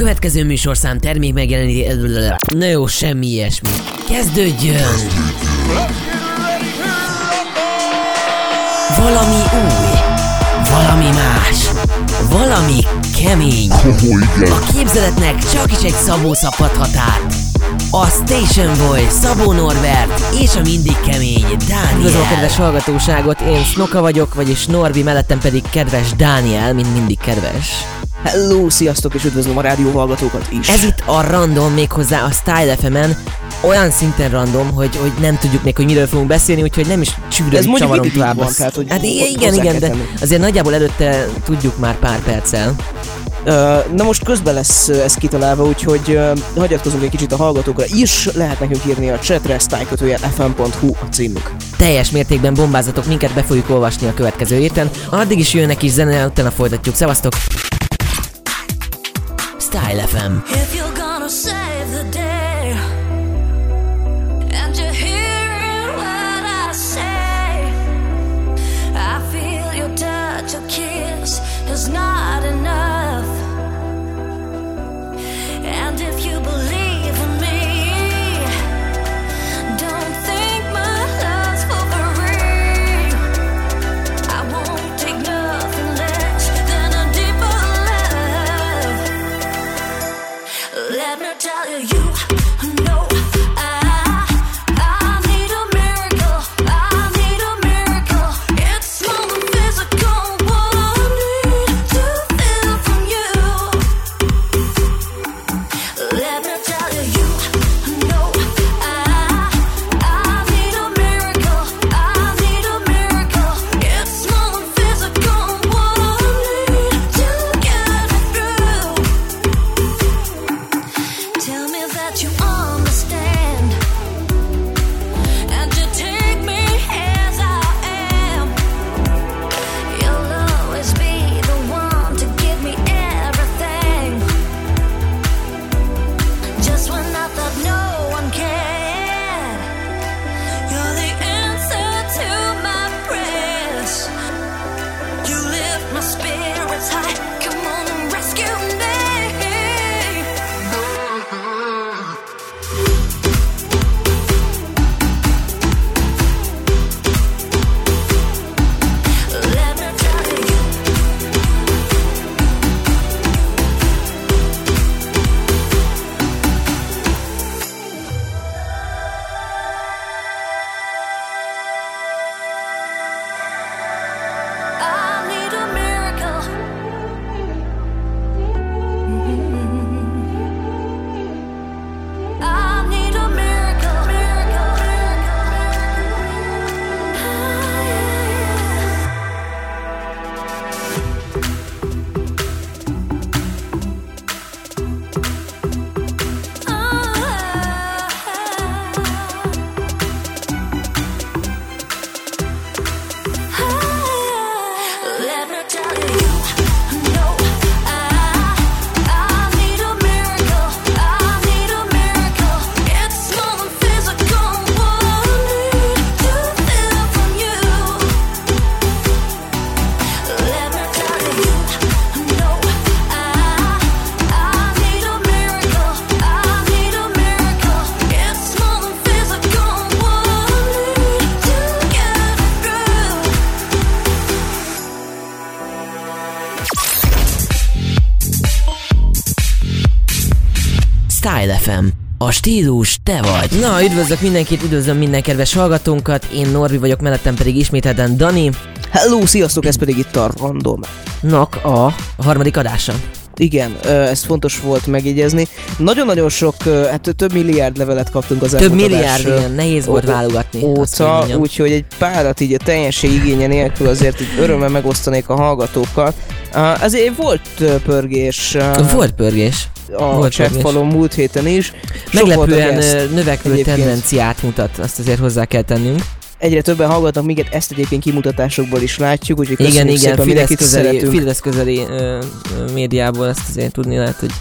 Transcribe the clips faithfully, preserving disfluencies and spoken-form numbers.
következő műsorszám termék megjeleníti... Na jó, semmi ilyesmi. Kezdődjön! Valami új, valami más, valami kemény. A képzeletnek csak is egy Szabó szabhathat át. A Station Boy, Szabó Norbert és a mindig kemény Dániel. Üdvözlöm a kedves hallgatóságot, én Snoka vagyok, vagyis Norbi, mellettem pedig kedves Dániel, mint mindig kedves. Hello, sziasztok, és üdvözlöm a rádió hallgatókat is. Ez itt a random, méghozzá a Style ef emen, olyan szinten random, hogy, hogy nem tudjuk még, hogy miről fogunk beszélni, úgyhogy nem is csűröm, csavarom tovább. Van, tehát, hogy hát igen, igen, igen, de azért nagyjából előtte tudjuk már pár perccel. Uh, na most közben lesz ez kitalálva, úgyhogy uh, hagyatkozunk egy kicsit a hallgatókra is, lehet nekünk írni a chatre, style kötőjel ef em pont hu a címük. Teljes mértékben bombázatok minket, be fogjuk olvasni a következő héten. Addig is jönnek is zene, utána folytatjuk. Szevasztok! Style ef em. Is not enough, and if you believe in me, don't think my love's for free. I won't take nothing less than a deeper love. Let me tell you, you know Style ef em. A stílus te vagy. Na, üdvözlök mindenkit, üdvözlöm minden kedves hallgatónkat. Én Norbi vagyok, mellettem pedig ismételten Dani. Hello, sziasztok, ez pedig itt a Random nak a, a harmadik adása. Igen, ez fontos volt megjegyezni. Nagyon-nagyon sok, hát több milliárd levelet kaptunk az elmúlt Több milliárd, igen, nehéz volt válogatni. Óta, úgyhogy egy párat így a teljesség igénye nélkül azért így örömmel megosztanék a hallgatókkal. Azért volt pörgés. Volt pörgés. A chatfalon múlt héten is. Meglepően növekvő egyébként tendenciát mutat, azt azért hozzá kell tennünk. Egyre többen hallgatnak minket, ezt egyébként kimutatásokból is látjuk, úgyhogy igen, igen, szépen, Fidesz közeli, Fidesz közeli ö, ö, médiából ezt azért tudni lehet, hogy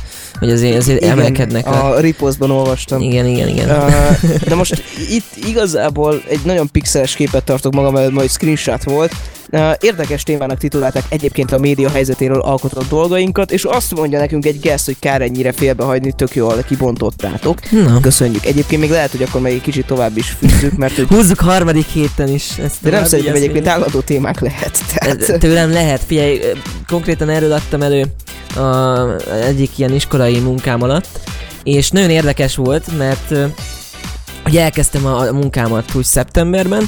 hogy azért, azért Igen, emelkednek. A... a ripostban olvastam. Igen, igen, igen. Uh, de most itt igazából egy nagyon pixeles képet tartok magam előtt, majd screenshot volt. Uh, érdekes témának titulálták egyébként a média helyzetéről alkotott dolgainkat, és azt mondja nekünk egy guest, hogy kár ennyire félbehagyni, tök jól kibontottátok. Na. Köszönjük. Egyébként még lehet, hogy akkor még egy kicsit tovább is fűzzük, mert hogy... Húzzuk harmadik héten is. Ezt de nem szerintem egyébként állandó témák lehet. Tehát... Tőlem lehet. Figyelj, konkrétan erről adtam elő a egyik ilyen iskolai munkám alatt, és nagyon érdekes volt, mert ugye elkezdtem a munkámat úgy szeptemberben,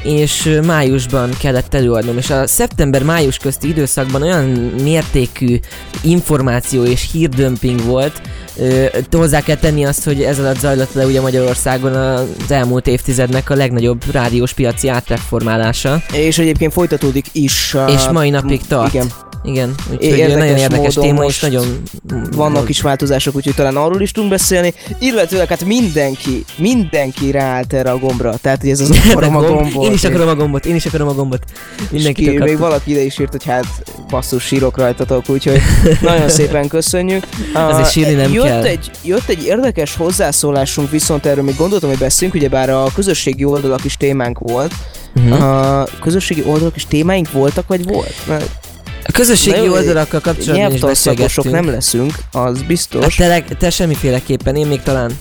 és májusban kellett előadnom, és a szeptember-május közti időszakban olyan mértékű információ és hírdömping volt, ö, hozzá kell tenni azt, hogy ez alatt zajlott le ugye Magyarországon az elmúlt évtizednek a legnagyobb rádiós piaci átreformálása. És egyébként folytatódik is. Uh, és mai napig tart. Igen. Igen, úgyhogy nagyon érdekes téma, és nagyon... Vannak is változások, úgyhogy talán arról is tudunk beszélni, illetőleg hát mindenki, mindenki ráállt erre a gombra, tehát hogy ez az akarom a gombot. Én is akarom a gombot, én is akarom a gombot. Mindenki ki, még valaki ide is írt, hogy hát basszus, sírok rajtatok, úgyhogy nagyon szépen köszönjük. Azért sírni nem jött kell. Egy, jött egy érdekes hozzászólásunk, viszont erről még gondoltam, hogy beszélünk, ugyebár a közösségi oldalak is témánk volt. Uh-huh. A közösségi oldalak is témáink voltak, vagy volt? Mert a közösségi oldalakkal kapcsolatban is beszélgettünk. Nem leszünk, az biztos. Hát te, te semmiféleképpen, én még talán.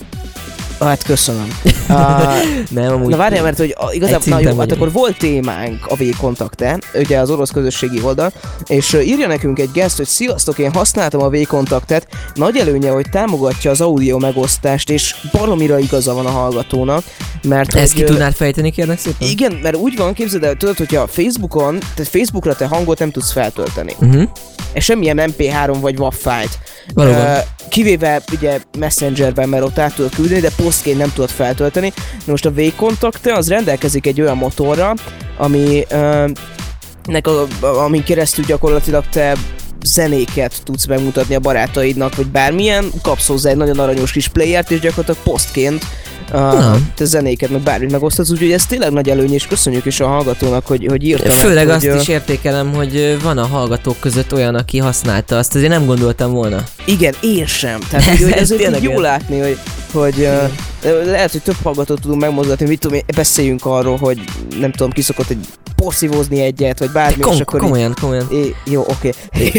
Hát köszönöm. Uh, nem, amúgy. Na várjál, mert hogy igazából, na jó, hát akkor volt témánk a V-Contact-e, ugye az orosz közösségi oldal, és uh, írja nekünk egy guest, hogy sziasztok, én használtam a V-Contact-et, nagy előnye, hogy támogatja az audio megosztást, és baromira igaza van a hallgatónak, mert... Ezt ki hogy, tudnád fejteni, kérlek szépen? Igen, mert úgy van, képzeld el, tudod, hogyha Facebookon, tehát Facebookra te hangot nem tudsz feltölteni. Uh-huh. És semmilyen em pé három vagy WAV fájlt. Valóban. Uh, kivéve ugye Messengerben, mert ott át tudod küldeni, de postként nem tudod feltölteni. Most a V-Contact az rendelkezik egy olyan motorra, ami uh, nek a, amin keresztül gyakorlatilag te zenéket tudsz megmutatni a barátaidnak, vagy bármilyen, kapsz hozzá egy nagyon aranyos kis playert, és gyakorlatilag postként uh, te zenéket, meg bármit megosztasz, úgyhogy ez tényleg nagy előny, és köszönjük is a hallgatónak, hogy, hogy írta. Főleg meg, azt hogy, is értékelem, hogy van a hallgatók között olyan, aki használta azt, azért nem gondoltam volna. Igen, én sem. Tehát, hogy, hogy ezért jó látni, hogy, hogy uh, lehet, hogy több hallgatót tudunk megmozgatni, mit tudom én, beszéljünk arról, hogy nem tudom, ki szokott egy porszívózni egyet, vagy bármi, Kom- és akkor komolyan, így, komolyan. É, jó, oké.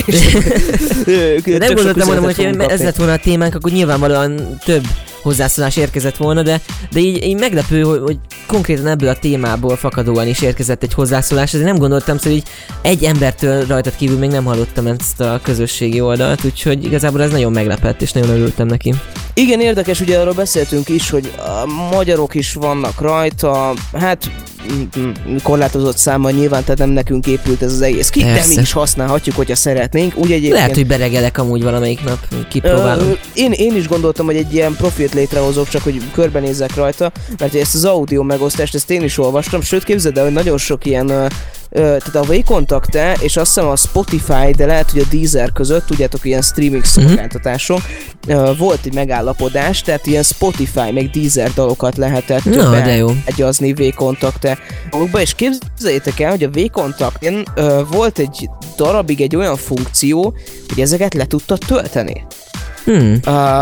Okay. Nem gondoltam volna, hogy ez lett volna a témánk, akkor nyilvánvalóan több hozzászólás érkezett volna, de, de így, így meglepő, hogy, hogy konkrétan ebből a témából fakadóan is érkezett egy hozzászólás, ezért nem gondoltam, hogy így egy embertől rajtad kívül még nem hallottam ezt a közösségi oldalt, úgyhogy igazából ez nagyon meglepett, és nagyon örültem neki. Igen, érdekes, ugye arról beszéltünk is, hogy a magyarok is vannak rajta, hát korlátozott számmal nyilván, tehát nem nekünk épült ez az egész ki, de mi is használhatjuk, hogyha szeretnénk. Úgy egyébként... Lehet, hogy beregelek amúgy valamelyik nap, kipróbálom. Ö, én, én is gondoltam, hogy egy ilyen profilt létrehozok, csak hogy körbenézzek rajta, mert ezt az audio megosztást, ezt én is olvastam, sőt képzeld el, hogy nagyon sok ilyen ö, ö, tehát a V-Contact-e, és azt hiszem a Spotify, de lehet, hogy a Deezer között, tudjátok, ilyen streaming szolgáltatások, uh-huh. volt egy megállapodás, tehát ilyen Spotify, meg Deezer dalokat lehetett egyazni V-Contact-e. És képzeljétek el, hogy a V-Contact-en uh, volt egy darabig egy olyan funkció, hogy ezeket le tudtad tölteni. Hmm. Uh,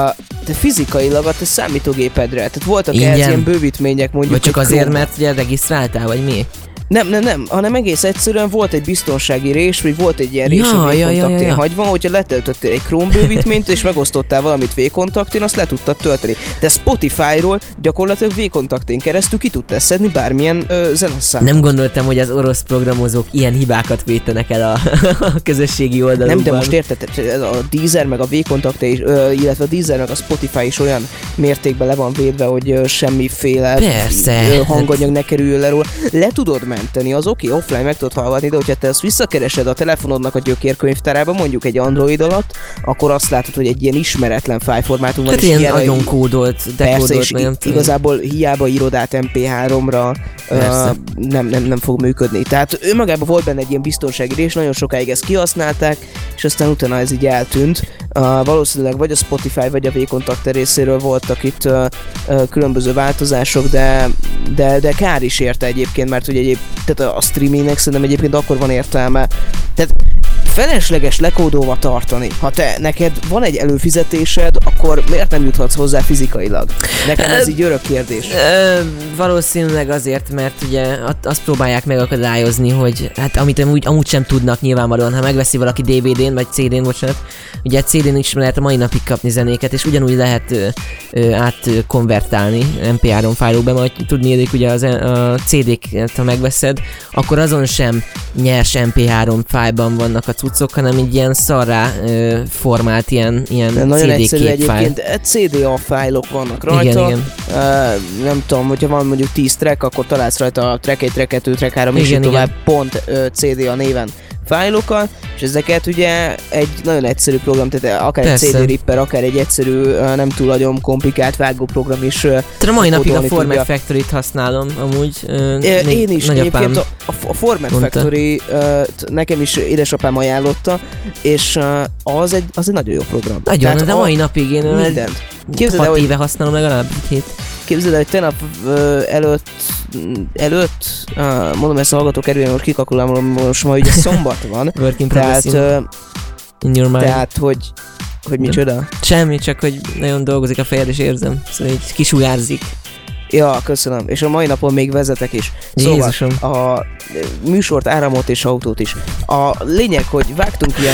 te fizikailag a te számítógépedre, tehát voltak ehhez ilyen bővítmények, mondjuk. Vagy csak azért, Chrome. Mert ugye regisztráltál, vagy mi? Nem, nem, nem, hanem egész egyszerűen volt egy biztonsági rés, vagy volt egy ilyen rés ja, a V-Contact-én ja, ja, ja. hagyva, hogyha letöltöttél egy Chrome bővítményt, és megosztottál valamit V-Contact-én, azt le tudtad tölteni. De Spotify-ról gyakorlatilag V-Contact-én keresztül ki tudtál szedni bármilyen ö, zeneszámot. Nem gondoltam, hogy az orosz programozók ilyen hibákat vétenek el a, a közösségi oldalukban. Nem, de most érted, a Deezer meg a V-Contact, ö, illetve a Deezer meg a Spotify is olyan mértékben le van védve, hogy ö, semmiféle Persze. hanganyag ne kerüljön le róla. Le tudod menteni, az oké, okay, offline meg tudod hallgatni, de hogyha te azt visszakeresed a telefonodnak a gyökérkönyvtárába, mondjuk egy Android alatt, akkor azt látod, hogy egy ilyen ismeretlen fájlformátum van. Hát ilyen nagyon kódolt, dekódolt, nem tudom. Igazából hiába írod át em pé háromra, uh, nem, nem, nem fog működni. Tehát önmagában volt benne egy ilyen biztonsági rés, nagyon sokáig ezt kihasználták, és aztán utána ez így eltűnt. Uh, valószínűleg vagy a Spotify, vagy a V-Contact részéről voltak itt uh, uh, különböző változások, de, de, de kár is érte egyébként, mert ugye egyéb, tehát a streamingnek szerintem egyébként akkor van értelme. Tehát felesleges lekódolva tartani. Ha te neked van egy előfizetésed, akkor miért nem juthatsz hozzá fizikailag? Nekem ez így örök kérdés. Ö, valószínűleg azért, mert ugye azt próbálják megakadályozni, hogy hát amit amúgy, amúgy sem tudnak nyilvánvalóan, ha megveszi valaki dé vé dén, vagy cé dén, bocsánat, ugye cé dén is lehet a mai napig kapni zenéket, és ugyanúgy lehet ö, ö, átkonvertálni em pé három fájlokba, majd tudni érik ugye az, a cé déket, ha megveszed, akkor azon sem nyers em pé három fájlban vannak a cuccok, hanem egy ilyen szarrá ö, formált ilyen, ilyen nagyon cé dé egyszerű képfájl. egyébként, cé dé á fájlok vannak rajta. Igen, igen. Uh, nem tudom, hogyha van mondjuk tíz track, akkor találsz rajta a track egy, track kettő, track három, és Igen, így tovább igen. pont uh, cé dé á néven fájlokkal, és ezeket ugye egy nagyon egyszerű program, tehát akár Persze. egy cé dé Ripper, akár egy egyszerű, uh, nem túl nagyon komplikált vágóprogram is. Uh, Tehát a mai napig a kódolni Format tudja. Factory-t használom, amúgy. Ö, É, még én is, nagyapám egyébként a, a Format mondta. Factory uh, nekem is édesapám ajánlotta, és uh, az, egy, az egy nagyon jó program. Nagyon, Tehát de a- mai napig én ö, mindent. Képzeld el, hat hogy éve használom legalább egy hét. Képzeld el, hogy tegnap ö, előtt, előtt, uh, mondom ezt a hallgató kerüljen, most kikakulálom, most ma ugye szombat van, Work in tehát, progress ö, in your mind. tehát hogy, hogy micsoda? Semmi, csak hogy nagyon dolgozik a fejed, és érzem. Szóval így kisugárzik. Ja, köszönöm, és a mai napon még vezetek is. Szóval Jézusom. a műsort, áramot és autót is. A lényeg, hogy vágtunk ilyen,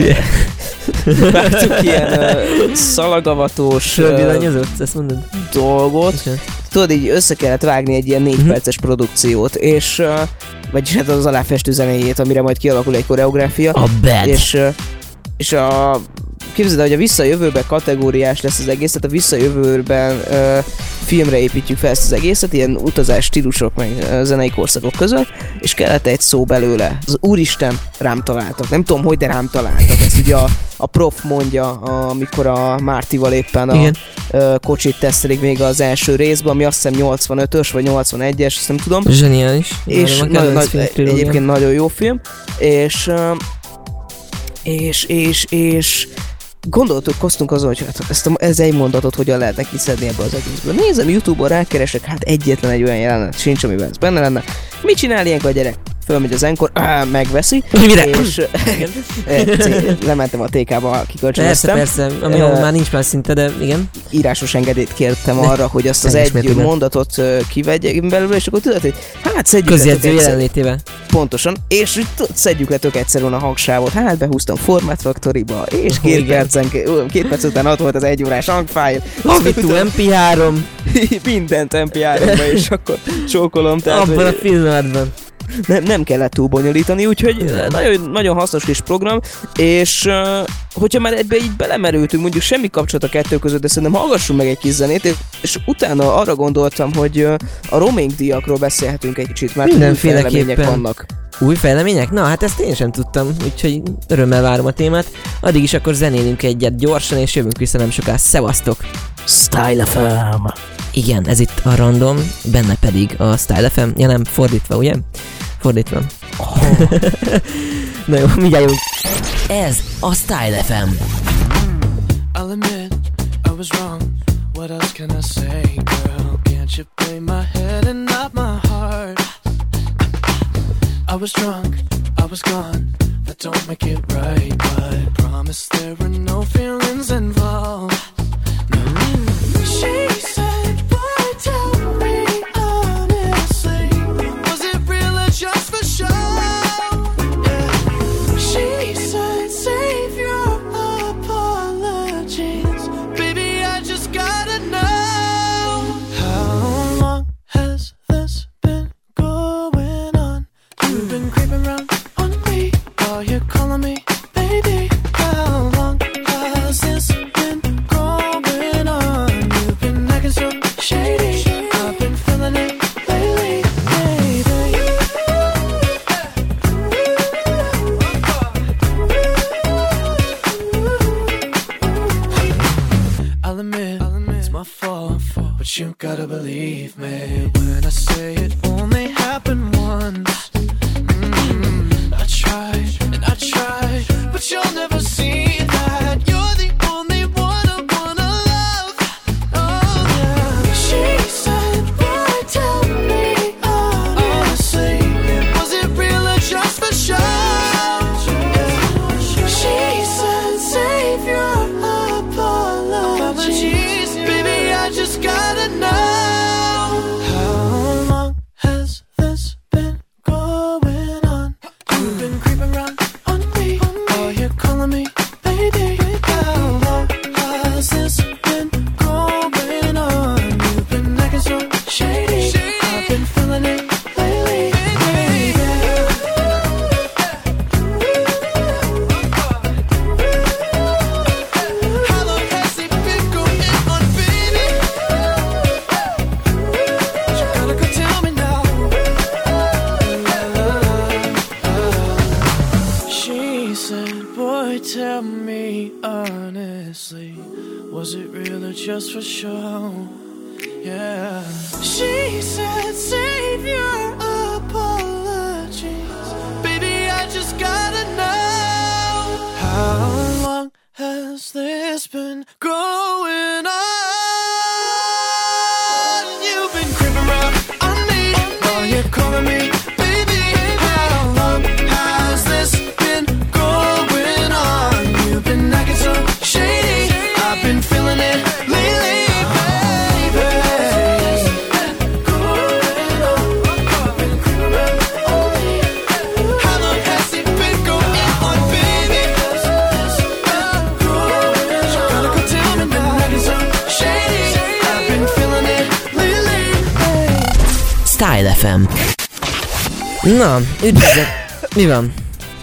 ö, vágtunk ilyen ö, szalagavatós ö, Fölbillanyozott, ezt mondod? dolgot. Bocsánat. Tudod, így össze kellett vágni egy ilyen négy Mhm. perces produkciót, és uh, vagyis hát az aláfestő zenéjét, amire majd kialakul egy koreográfia. A bad. És, uh, és a képzeld el, hogy a visszajövőben kategóriás lesz az egész, tehát a visszajövőben uh, filmre építjük fel ezt az egészet, ilyen utazás stílusok meg uh, zenei korszakok között, és kellett egy szó belőle. Az úristen, rám találtak. Nem tudom, hogy de rám találtak. Ezt ugye a, a prof mondja, amikor a Mártival éppen a Igen. uh, kocsit tesztelik még az első részben, ami azt hiszem nyolcvanötös vagy nyolcvanegyes, azt nem tudom. Zseniális. És Várom a nagyon, kedvenc nagy, filmtrilógiám. egyébként nagyon jó film, és uh, és, és, és gondoltuk, hoztunk azon, hogy hát ezt a, ez egy mondatot hogyan lehetne kiszedni ebből az egészből. Nézem YouTube-on, rákeresek, hát egyetlen egy olyan jelenet sincs, amiben ez benne lenne. Mit csinál ilyenkor a gyerek? Fölmegy az Encore, áh, megveszi, Mire? és lementem a té ká-ba, Persze, kikölcsönöztem. persze, ami Ö, uh, már nincs már szinte, de igen. Írásos engedélyt kértem Ne. arra, hogy azt az Teljes egy mértékben. mondatot ö, kivegyek belőle, és akkor tudod, hogy hát szedjük le tök Közjegyző egyszer- jelenlétével. Pontosan, és úgy tud- szedjük le tök egyszerűen a hangsávot, hát behúztam Format Factory-ba, és két, Igen. percen, két perc után ott volt az egy órás hangfájl, Havitú em pé három, mindent em pé három-ba, és akkor csókolom, tehát abban a hogy pillanatban. nem, nem kellett túl bonyolítani, úgyhogy nagyon, nagyon hasznos kis program, és uh, hogyha már ebbe így belemerültünk, mondjuk semmi kapcsolat a kettő között, de szerintem hallgassunk meg egy kis zenét, és utána arra gondoltam, hogy uh, a roaming díjakról beszélhetünk egy kicsit, mert új Mindenféleképpen. fejlemények vannak. Új fejlemények? Na, hát ezt én sem tudtam, úgyhogy örömmel várom a témát. Addig is akkor zenélünk egyet gyorsan, és jövünk vissza nem soká. Szevasztok! Style ef em. Igen, ez itt a Random, benne pedig a Style ef em. Ja nem, fordítva, ugye? Fordítva. Oh. Na jó, mindjárt jövünk. Ez a Style ef em. I'll admit I was wrong. What else can I say, girl? Can't you play my head and not my heart? I was drunk, I was gone. That don't make it right, but promise there were no feelings involved. No. She said, boy, tell me honestly, was it real or just for show? Yeah. She said, save your apologies, baby, I just gotta know. How long has this been going on? You've been creeping around on me while you're calling me baby. How long has this been going on? You've been acting so shady. I've been feeling it lately, baby. I'll admit, it's my fault, but you gotta believe me when I say it only happened once. Mm, I tried and I tried, but you'll never see that. You're the only one I wanna love. Oh yeah. She said, boy, tell me honestly, was it real or just for show? gotta know, how long has this been going on? You've been creeping around on me, while you're calling me baby. How long has this been going on? You've been acting so shady, I've been feeling it lately, baby. How long has it been going on, baby? You gotta go tell me now. She said, boy, tell me honestly, was it real or just for show? Yeah. She said, save your apologies, baby, I just gotta know, how long has this been going on? You've been creeping around on me, while you're calling me baby. How long has this been going on? You've been acting so shady, I've been feeling it lately, baby. How long has it been going on, baby? You gotta go tell me now. Acting so shady, I've been feeling it lately, baby. Style ef em. Na, üdvözlök. Mi van?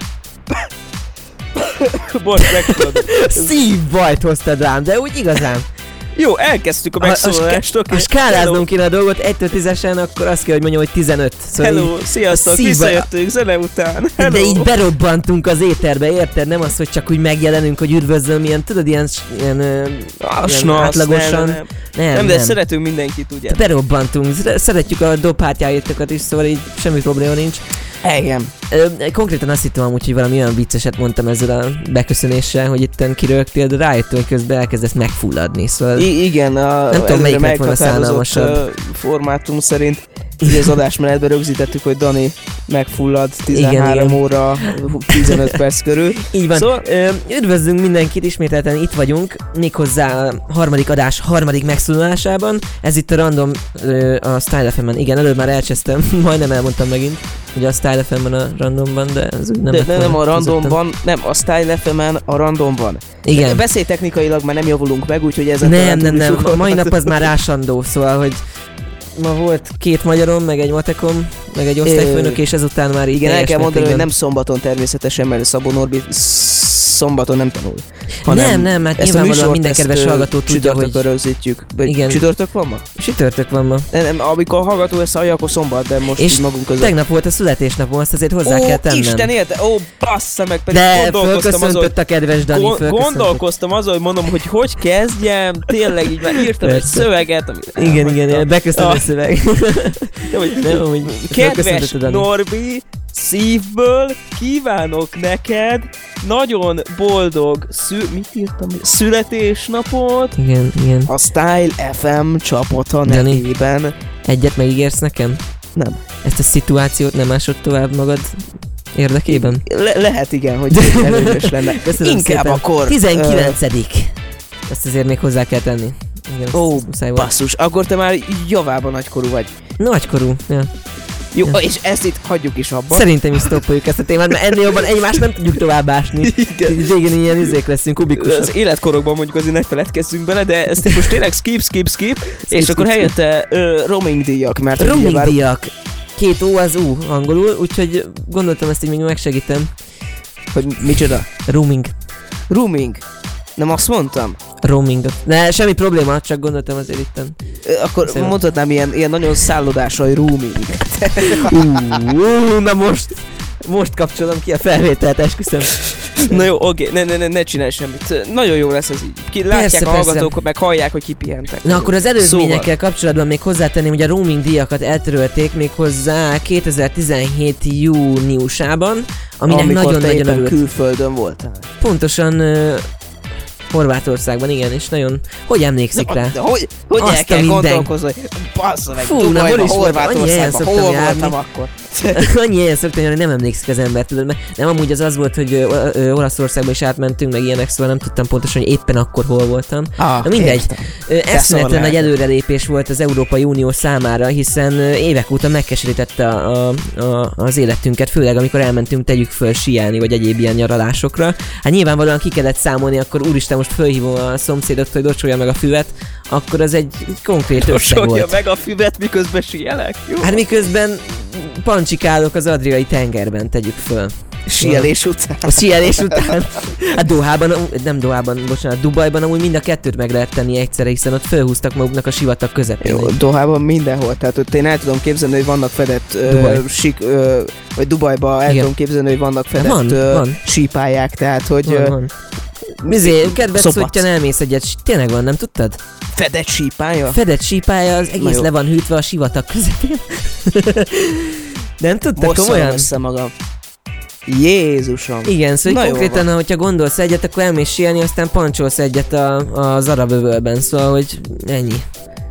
Bocs, megtudod. Szívbajt hoztad rám, de úgy igazán. Jó, elkezdtük a Ha- megszólalást, Ha oké. skáláznom kéne a dolgot egytől tízesen, akkor azt kell, hogy mondjam, hogy tizenöt. Szóval Hello, így- sziasztok, szívbaj- visszajöttünk zene után. Hello. De így berobbantunk az éterbe, érted? Nem az, hogy csak úgy megjelenünk, hogy üdvözlöm, ilyen, tudod, ilyen, s- ilyen, ö, ilyen Asnasz, átlagosan. nem, nem. Nem, Nem, de szeretünk mindenkit, ugye? Berobbantunk, Szere- szeretjük a dobhátjáitokat is, szóval így semmi probléma nincs. Igen. Ö, konkrétan azt hittem amúgy, hogy valami olyan vicceset mondtam ezzel a beköszönéssel, hogy itten kirögtél, de rájöttem, hogy közben elkezdesz megfulladni, szóval... I- igen, a Nem tudom, melyik lett volna meghatározott szánalmasabb. ö, formátum szerint ugye az adásmenetben rögzítettük, hogy Dani megfullad tizenhárom igen. óra tizenöt perc körül. Így van. Szóval- Ö, üdvözlünk mindenkit, ismételten itt vagyunk, méghozzá a harmadik adás harmadik megszólalásában. Ez itt a random ö, a Style ef em-en. Igen, előbb már elcsesztem, majdnem elmondtam megint, hogy a Style ef em-ben a randomban, de ez úgy nem De, lett de nem volna a közöttem. randomban, nem, a Style ef em-en a randomban. Igen. Beszélytechnikailag már nem javulunk meg, úgyhogy ezen Nem, nem, nem, a mai nap az már ásandó, szóval, hogy ma volt két magyarom, meg egy matekom, meg egy osztályfőnök, és ezután már így Igen, el teljes kell mondani, hogy mértékben- nem szombaton természetesen, mert Szabó Norbi szombaton nem tanul. Nem, nem, hát ezt a nyilvánvalóan műsort, minden ezt, kedves ö, hallgató tudja, hogy... csütörtökön rögzítjük. Vagy Igen. Csütörtök van ma? Csütörtök van ma. Nem, nem, amikor a hallgató ezt hallja, akkor szombat, de most És így magunk között. tegnap volt a születésnapom, azt azért hozzá Ó, kell tennem. Isten érte, ó, bassza meg, pedig De gondolkoztam azon, hogy fölköszöntött a kedves Dani, Go- fölköszöntött. gondolkoztam azon, hogy mondom, hogy hogy kezdjem, tényleg így már írtam egy Persze. szöveget, amit Igen, igen, igen, elmondtam. beköszönő Ah. szöveg. Nem, hogy Nem, hogy kedves fölköszöntöd a Dani. Norbi, szívből kívánok neked nagyon boldog szü- mit írtam? Születésnapot Igen, igen. a Style ef em csapata Dani. nevében. Egyet megígérsz nekem? Nem. Ezt a szituációt nem másod tovább magad érdekében? Le- lehet igen, hogy előnyös lenne. Köszönöm Inkább szépen. akkor... tizenkilencedik Ezt azért még hozzá kell tenni. Igen, Ó, ezt muszáj volt. basszus, akkor te már javában nagykorú vagy. Nagykorú. Ja. Jó, Ja. és ezt itt hagyjuk is abba. Szerintem is stoppoljuk ezt a témát, mert ennél jobban egymást nem tudjuk tovább ásni. Igen. Így végén ilyen izék leszünk, kubikusok. Az életkorokban mondjuk azért ne feledkezzünk bele, de ezt most tényleg skip, skip, skip, és skip, akkor skip. helyette ö, roaming díjak, mert Roaming ugyebár- díjak. Két ó az U angolul, úgyhogy gondoltam ezt így még megsegítem. Hogy micsoda? Roaming. Roaming. Nem azt mondtam? Roaming. Ne, semmi probléma, csak gondoltam azért itten. Ö, akkor Szerintem. mondhatnám ilyen, ilyen nagyon szállodás, hogy roaming. Uh, na most, most kapcsolom ki a felvételt, esküszöm. Na jó, oké, ne, ne, ne, ne csinálj semmit. Nagyon jó lesz ez így. Ki, látják Persze, a persze. hallgatók, meg hallják, hogy kipihentek. Na akkor az előzményekkel Szóval. kapcsolatban még hozzátenném, hogy a roaming díjakat eltörölték még hozzá kétezer-tizenhét júniusában, aminek Amikor te nagyon-nagyon éppen örült. külföldön voltál. Pontosan ö, Horvátországban, igen, és nagyon... Hogy emlékszik rá? De hogy, hogy Azt el a kell minden- gondolkozni, hogy bassza meg, Fú, na, hol Dubajban, is voltam? Annyi helyen Horvátországban, szoktam hol járni. voltam akkor? Annyi helyen szoktam járni, nem emlékszik az ember, tudod, mert nem, amúgy az az volt, hogy ö, ö, Olaszországba is átmentünk, meg ilyenek, szóval nem tudtam pontosan, hogy éppen akkor hol voltam. Ah, Na mindegy, értem. Ö, eszméletlen szar nagy lehet. előrelépés volt az Európai Unió számára, hiszen ö, évek óta megkeserítette a, a, a, az életünket, főleg amikor elmentünk tegyük föl síelni, vagy egyéb ilyen nyaralásokra. Hát nyilvánvalóan ki kellett számolni, akkor úristen, most fölhívom a szomszédot, hogy docsolja meg a füvet, akkor az egy konkrét összeg Sorolja volt. meg a füvet, miközben síelek, jó? Hát miközben pancsikálok az Adriai tengerben, tegyük föl. Síelés után. A síelés után. Hát Dohában, nem Dohában, bocsánat, Dubajban amúgy mind a kettőt meg lehet tenni egyszerre, hiszen ott fölhúztak maguknak a sivatag közepén. Jó, Dohában mindenhol, tehát ott én el tudom képzelni, hogy vannak fedett Dubaj. ö, sík, ö, vagy Dubajban el Igen. tudom képzelni, hogy vannak fedett Van, ö, van. sípályák, tehát hogy Van, ö, van. Mizé, kedves Szopac. szottyán elmész egyet, s- tényleg van, nem tudtad? fedett sípálya? Fedett sípálya, az Na egész jó. le van hűtve a sivatag közepén. Nem tudtad Bosszolom komolyan? össze magam. Jézusom. Igen, szóval Na így jó konkrétan, hogyha gondolsz egyet, akkor elmész síelni, aztán pancsolsz egyet a, az arab öbölben, szóval, hogy ennyi.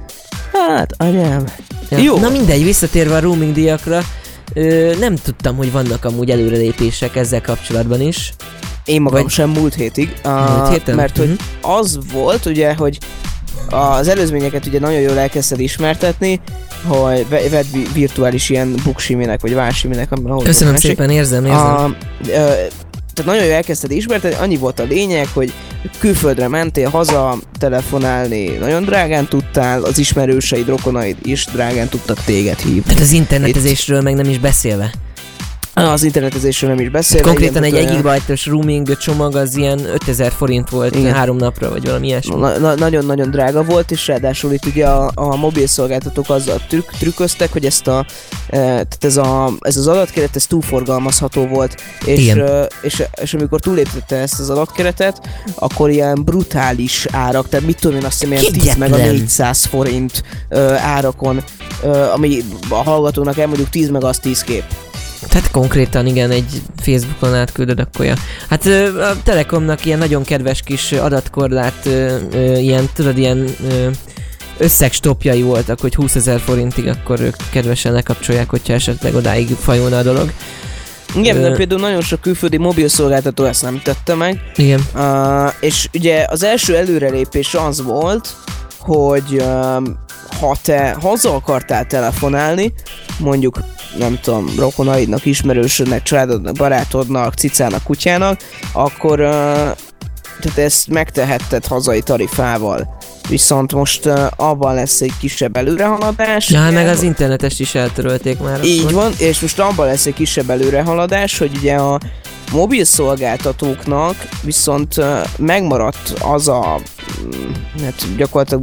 Hát, anyám. Ja. Jó. Na mindegy, visszatérve a roaming díjakra, ö, nem tudtam, hogy vannak amúgy előrelépések ezzel kapcsolatban is. Én magam Vagy- sem múlt hétig, a, Múlt héten? mert hogy Mhm. az volt ugye, hogy az előzményeket ugye nagyon jól elkezdted ismertetni, hogy ve- vedd vi- virtuális ilyen buksiminek, vagy válsiminek, amiben ahol Köszönöm másik. szépen, érzem, érzem. A, ö, tehát nagyon jól elkezdted ismertetni, annyi volt a lényeg, hogy külföldre mentél haza, telefonálni nagyon drágán tudtál, az ismerőseid, rokonaid is drágán tudtak téged hívni. Tehát az internetezésről meg nem is beszélve. Az internetezésről nem is beszélve. Konkrétan egy igen, egy tehát olyan- gigabajtos roaming csomag az ilyen ötezer forint volt Igen. három napra, vagy valami ilyesmi. Na- na- nagyon-nagyon drága volt, és ráadásul itt ugye a, a mobil szolgáltatók azzal trükk, trükköztek, hogy ezt a, e, tehát ez, a, ez az adatkeret, ez túlforgalmazható volt, és, Igen. e, és, és amikor túléptette ezt az adatkeretet, akkor ilyen brutális árak, tehát mit tudom én, azt hiszem ilyen tíz meg a Hihetetlen. négyszáz forint e, árakon, e, ami a hallgatónak elmondjuk tíz meg az tíz kép. Tehát konkrétan igen, egy Facebookon átküldöd, akkor ja. Hát ö, a Telekomnak ilyen nagyon kedves kis adatkorlát, ö, ö, ilyen, tudod, ilyen ö, összegstopjai voltak, hogy húszezer forintig akkor ők kedvesen lekapcsolják, hogyha esetleg odáig fajulna a dolog. Igen, Ö- de például nagyon sok külföldi mobil szolgáltató ezt nem tette meg, Igen. Uh, és ugye az első előrelépés az volt, hogy uh, ha te haza akartál telefonálni, mondjuk nem tudom, rokonaidnak, ismerősödnek, családodnak, barátodnak, cicának, kutyának, akkor uh, tehát ezt megtehetted hazai tarifával. Viszont most uh, abban lesz egy kisebb előrehaladás. Ja, hát ugye, meg az internetest is eltörölték már. így akkor. van, és most abban lesz egy kisebb előrehaladás, hogy ugye a mobil szolgáltatóknak viszont uh, megmaradt az a mm, hát gyakorlatilag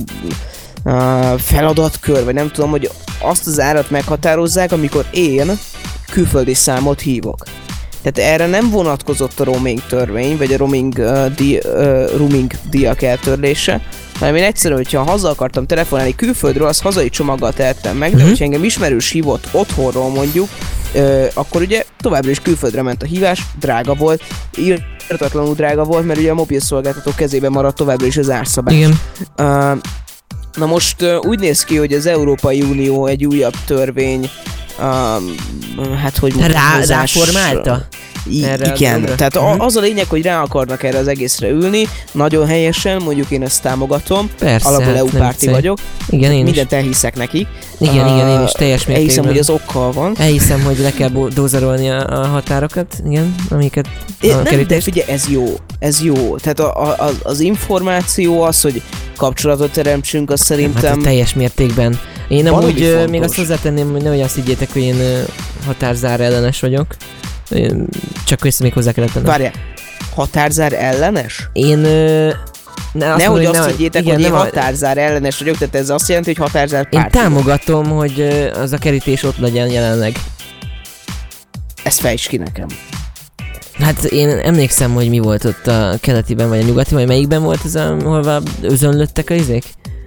uh, feladatkör, vagy nem tudom, hogy azt az árat meghatározzák, amikor én külföldi számot hívok. Tehát erre nem vonatkozott a roaming törvény, vagy a roaming, uh, di, uh, roaming díjak eltörlése, hanem én egyszerűen, hogyha haza akartam telefonálni külföldről, az hazai csomaggal tehettem meg, de Mhm. hogyha engem ismerős hívott otthonról mondjuk, ö, akkor ugye továbbra is külföldre ment a hívás, drága volt, írtatlanul drága volt, mert ugye a mobil szolgáltató kezében maradt továbbra is az árszabás. Igen. Ö, na most ö, úgy néz ki, hogy az Európai Unió egy újabb törvény, um, hát hogy mondjam, Rá, hozás- ráformálta? I- Erre a igen, dologra? tehát Mhm. a, az a lényeg, hogy rá akarnak erre az egészre ülni, nagyon helyesen, mondjuk én ezt támogatom, Persze, alapból hát é u nem párti viccelj. vagyok, Igen, én is. mindent elhiszek nekik. Igen, igen, én is Uh, teljes mértékben. Elhiszem, hogy az okkal van. Elhiszem, hogy le kell bo- dózerolni a, a határokat, igen, amiket É, a nem, de kerítést. figyelj, ez jó, ez jó. Tehát a, a, az, az információ, az, hogy kapcsolatot teremtsünk, az Hát szerintem... ez teljes mértékben. Én valami amúgy ö, fontos. még azt hozzátenném, hogy nehogy azt higgyétek, hogy én ö, határzár ellenes vagyok. Ö, Csak össze még hozzá kellett tennem. Várjál, határzár ellenes? Én... ö, Ne, azt Nehogy mondom, azt ne- higgyétek, igen, hogy én nem a- határzár ellenes vagyok, tehát ez azt jelenti, hogy határzár Én párti. támogatom, hogy ö, az a kerítés ott legyen jelenleg. Ezt fejtsd ki nekem. Hát én emlékszem, hogy mi volt ott a keletiben, vagy a nyugatiban, vagy melyikben volt ez, ahol özönlöttek a izék?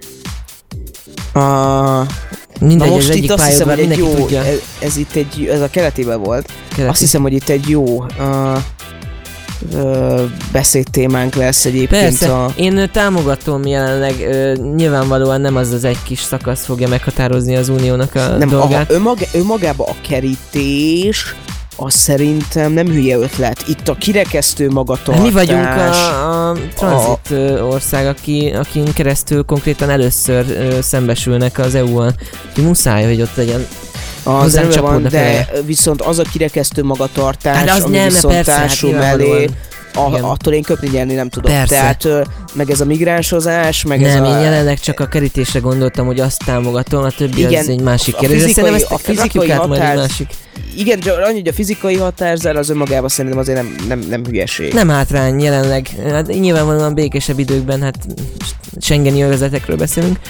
Uh, Mindegy, na az most itt egyik azt hiszem, pályaudvar, hogy egy mindenki jó, tudja. ez, ez itt egy, ez a keletiben volt. Keleti. Azt hiszem, hogy itt egy jó, uh, ö, beszédtémánk lesz egyébként. Persze, a... én támogatom jelenleg, ö, nyilvánvalóan nem az az egy kis szakasz fogja meghatározni az uniónak a Nem, dolgát. a, önmaga, önmagába a kerítés, az szerintem nem hülye ötlet. Itt a kirekesztő magatartás. Hát mi vagyunk a, a tranzit a... ország, aki, akin keresztül konkrétan először ö, szembesülnek az é u-val. Úgyhogy muszáj, hogy ott legyen. Az rendben van, de viszont az a kirekesztő magatartás, hát az ami nem, viszont persze, társul hát mellé, a, attól én köpni nyerni nem tudok. Persze. Tehát ö, meg ez a migránsozás, meg nem, ez a... én jelenleg csak a kerítésre gondoltam, hogy azt támogatom, a többi igen, az egy másik a kérdés. fizikai, Ezt a fizikai határ... majd egy határ... másik. Igen, csak annyi, hogy a fizikai határzár az önmagában szerintem azért nem, nem, nem hülyeség. Nem hátrány jelenleg. Hát nyilvánvalóan békésebb időkben, hát Schengeni övezetekről beszélünk,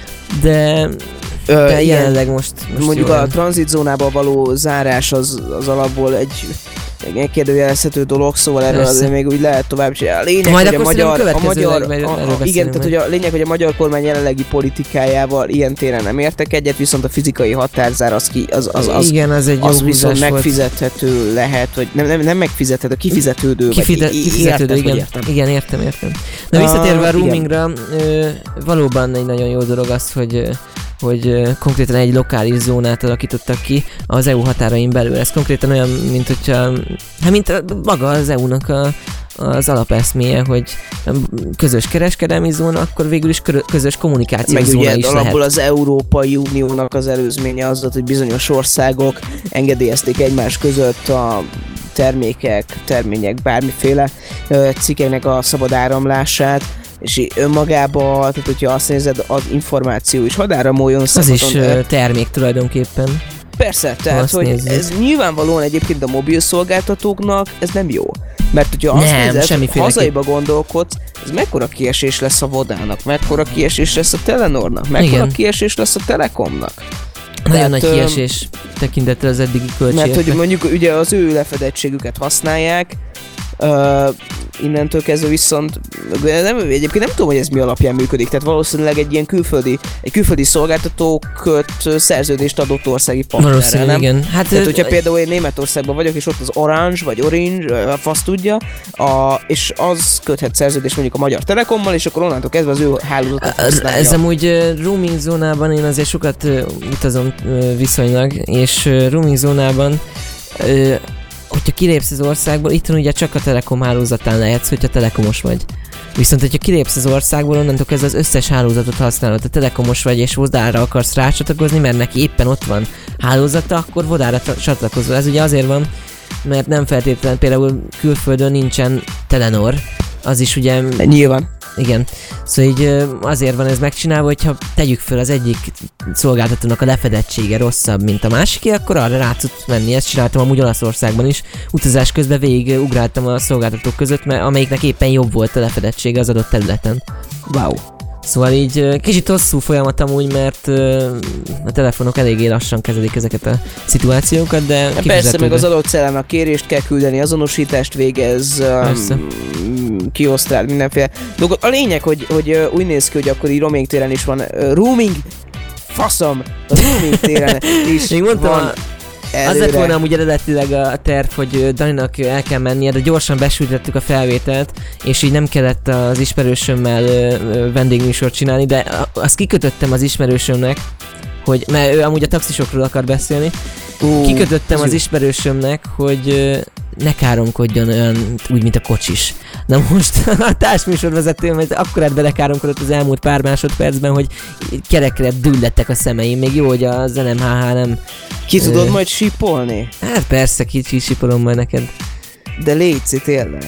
de... Ö, de ilyen, jelenleg most, most mondjuk jól a jön. tranzitzónába való zárás az, az alapból egy megkérdőjelezhető dolog, szóval erről Persze. azért még úgy lehet tovább csinálni. A lényeg, Majd hogy a akkor magyar, a következőleg magyar, erről a, a, beszélünk igen, tehát majd. hogy a lényeg, hogy a magyar kormány jelenlegi politikájával ilyen téren nem értek egyet, viszont a fizikai határzár az, ki, az, az, az, igen, az egy jó az viszont húzás volt. megfizethető lehet, vagy nem, nem, nem megfizethető, kifizetődő. Kifide, vagy, kifizetődő, érted, igen. hogy értem. Igen, értem, értem. Na Ah, visszatérve a igen. roomingra, ö, valóban egy nagyon jó dolog az, hogy ö, hogy ö, konkrétan egy lokális zónát alakítottak ki az é u határain belül. Ez konkrétan olyan, mint hogyha, hát mint a, maga az é u-nak a, az alapeszméje, hogy közös kereskedelmi zóna, akkor végül is körö, közös kommunikációs Meg zóna ugye is alapból lehet. az Európai Uniónak az előzménye az volt, hogy bizonyos országok engedélyezték egymás között a termékek, termények, bármiféle ö, cikkeknek a szabad áramlását, és í- önmagában, tehát hogyha azt nézed, az információ is hadd áramoljon Az szabadon. is Ö, ö, termék tulajdonképpen. Persze, tehát azt hogy nézzük. ez nyilvánvalóan egyébként a mobil szolgáltatóknak ez nem jó. Mert hogyha azt Nem, nézed, semmiféleképp. hazaiba gondolkodsz, ez mekkora kiesés lesz a Vodának, mekkora kiesés lesz a Telenornak, mekkora Igen. kiesés lesz a Telekomnak. Nagyon Tehát, nagy ö, kiesés tekintettel az eddigi költségekre. Mert hogy mondjuk ugye az ő lefedettségüket használják, uh, innentől kezdve viszont nem, egyébként nem tudom, hogy ez mi alapján működik, tehát valószínűleg egy ilyen külföldi, egy külföldi szolgáltató köt szerződést adott országi partnerrel, Valószínű, nem? igen. Hát, Tehát, ö, hogyha például én Németországban vagyok, és ott az Orange, vagy Orange, a fasz tudja, a, és az köthet szerződést mondjuk a Magyar Telekommal, és akkor onnantól kezdve az ő hálózatot Ez, használja. ez amúgy uh, roaming zónában én azért sokat uh, utazom uh, viszonylag, és uh, roaming zónában, uh, hogyha kilépsz az országból, itt ugye csak a Telekom hálózatán lehetsz, hogyha telekomos vagy. Viszont, hogyha kilépsz az országból, onnantól kezdve az összes hálózatot használod. Ha telekomos vagy és Vodára akarsz rácsatlakozni, mert neki éppen ott van hálózata, akkor Vodára tra- csatlakozol. Ez ugye azért van, mert nem feltétlenül például külföldön nincsen Telenor, az is ugye... Nyilván. Igen. Szóval így ö, azért van ez megcsinálva, hogyha tegyük föl az egyik szolgáltatónak a lefedettsége rosszabb, mint a másiké, akkor arra rá tudsz menni. Ezt csináltam amúgy Olaszországban is. Utazás közben végig ö, ugráltam a szolgáltatók között, mert amelyiknek éppen jobb volt a lefedettsége az adott területen. Wow. Szóval így ö, kicsit hosszú folyamat amúgy, mert ö, a telefonok eléggé lassan kezelik ezeket a szituációkat, de Persze, kifizetődő. meg az adott cellának kérést kell küldeni, azonosítást végez, Persze. um, kiosztál, mindenféle dolgot. A lényeg, hogy, hogy uh, úgy néz ki, hogy akkor így roaming téren is van uh, roaming, faszom, a roaming téren is Még mondtam, van a- előre. Az lett volna amúgy eredetileg a terv, hogy ö, Daninak el kell mennie, de gyorsan besültettük a felvételt, és így nem kellett az ismerősömmel ö, ö, vendégműsort csinálni, de a- azt kikötöttem az ismerősömnek, hogy, mert ő amúgy a taxisokról akar beszélni, Ú, kikötöttem ez az jó. ismerősömnek, hogy ö, ne káromkodjon olyan úgy, mint a kocsis. Na most a társműsorvezetőm hogy akkorát belekáromkodott az elmúlt pár másodpercben, hogy kerekre düllettek a szemeim. Még jó, hogy az en em há há nem... Ki tudod Ö. majd sípolni? Hát persze, kicsi sipolom majd neked. De létszi tényleg.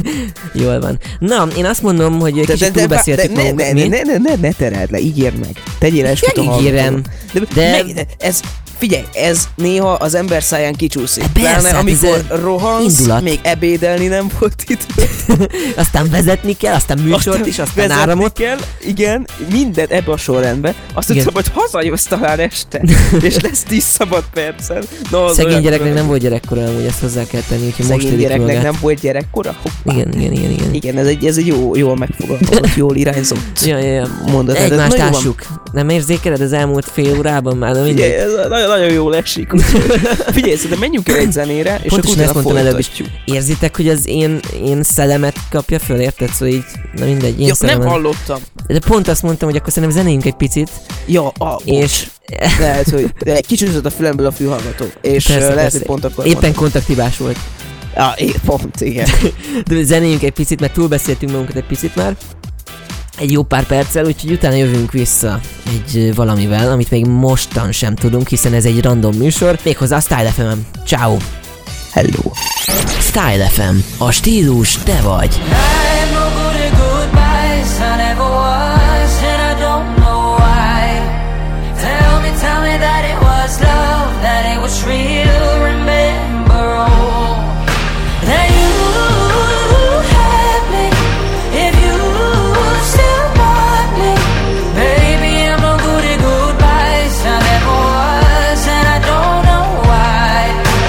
Jól van. Na, én azt mondom, hogy kicsit túlbeszéltük ne, ne, magunkat. ne, Mi? ne, ne, ne, ne tereld le, ígérd meg. Tegyél esküt a Megígérem. hallgatónak. De, De- meg, de ez, figyelj, ez néha az ember száján kicsúszik. Hát persze, Pláne hát amikor ez rohansz, indulat. még ebédelni nem volt itt. Aztán vezetni kell, aztán műsort is, aztán vezetni áramot. kell, igen, minden ebbe a sorrendben. Azt Igen. tudtam, hogy hazajössz talán este, és lesz tíz szabad percen. No, az Szegény olyan gyereknek dolog. nem volt gyerekkora, amúgy ezt hozzá kell tenni, úgyhogy most Szegény élik ki gyereknek magát. nem volt gyerekkora? Hoppá. Igen, igen, igen, igen. Igen, ez egy, ez egy jó, jól megfogalmazott, jól irányzott Ja, ja, ja. mondat. Ez Egymást nagyon van. ássuk. Nem érzékeled az elmúlt fél órában már? Figyelj, ez nagyon, nagyon jól esik. Figyelj, szerintem menjünk el egy zenére, és pontosan akkor ezt mondtam előbb is. folytatjuk. Érzitek, hogy az én, én szellemet kapja föl, érted? Szóval így, na mindegy, én Ja, szellemet. nem hallottam. De pont azt mondtam, hogy akkor szerintem zenéljünk egy picit, Ja, ah, és lehet, hogy de egy kicsit ütött a fülemből a fülhallgató. És Persze, uh, lehet, persze. hogy pont akkor éppen mondtam. kontakthibás volt. Ah, é, pont, igen. De zenéljünk egy picit, mert túlbeszéltünk magunkat egy picit már. Egy jó pár perccel, úgyhogy utána jövünk vissza egy ö, valamivel, amit még mostan sem tudunk, hiszen ez egy random műsor, méghozzá a Style ef em-en. Ciao. Hello. Style ef em. A stílus te vagy. I'm no good at goodbyes, I never was, and I don't know why. Tell me, tell me that it was love, that it was real. Remember all that you had me. If you still want me, baby, I'm no good at goodbyes, I never was, and I don't know why.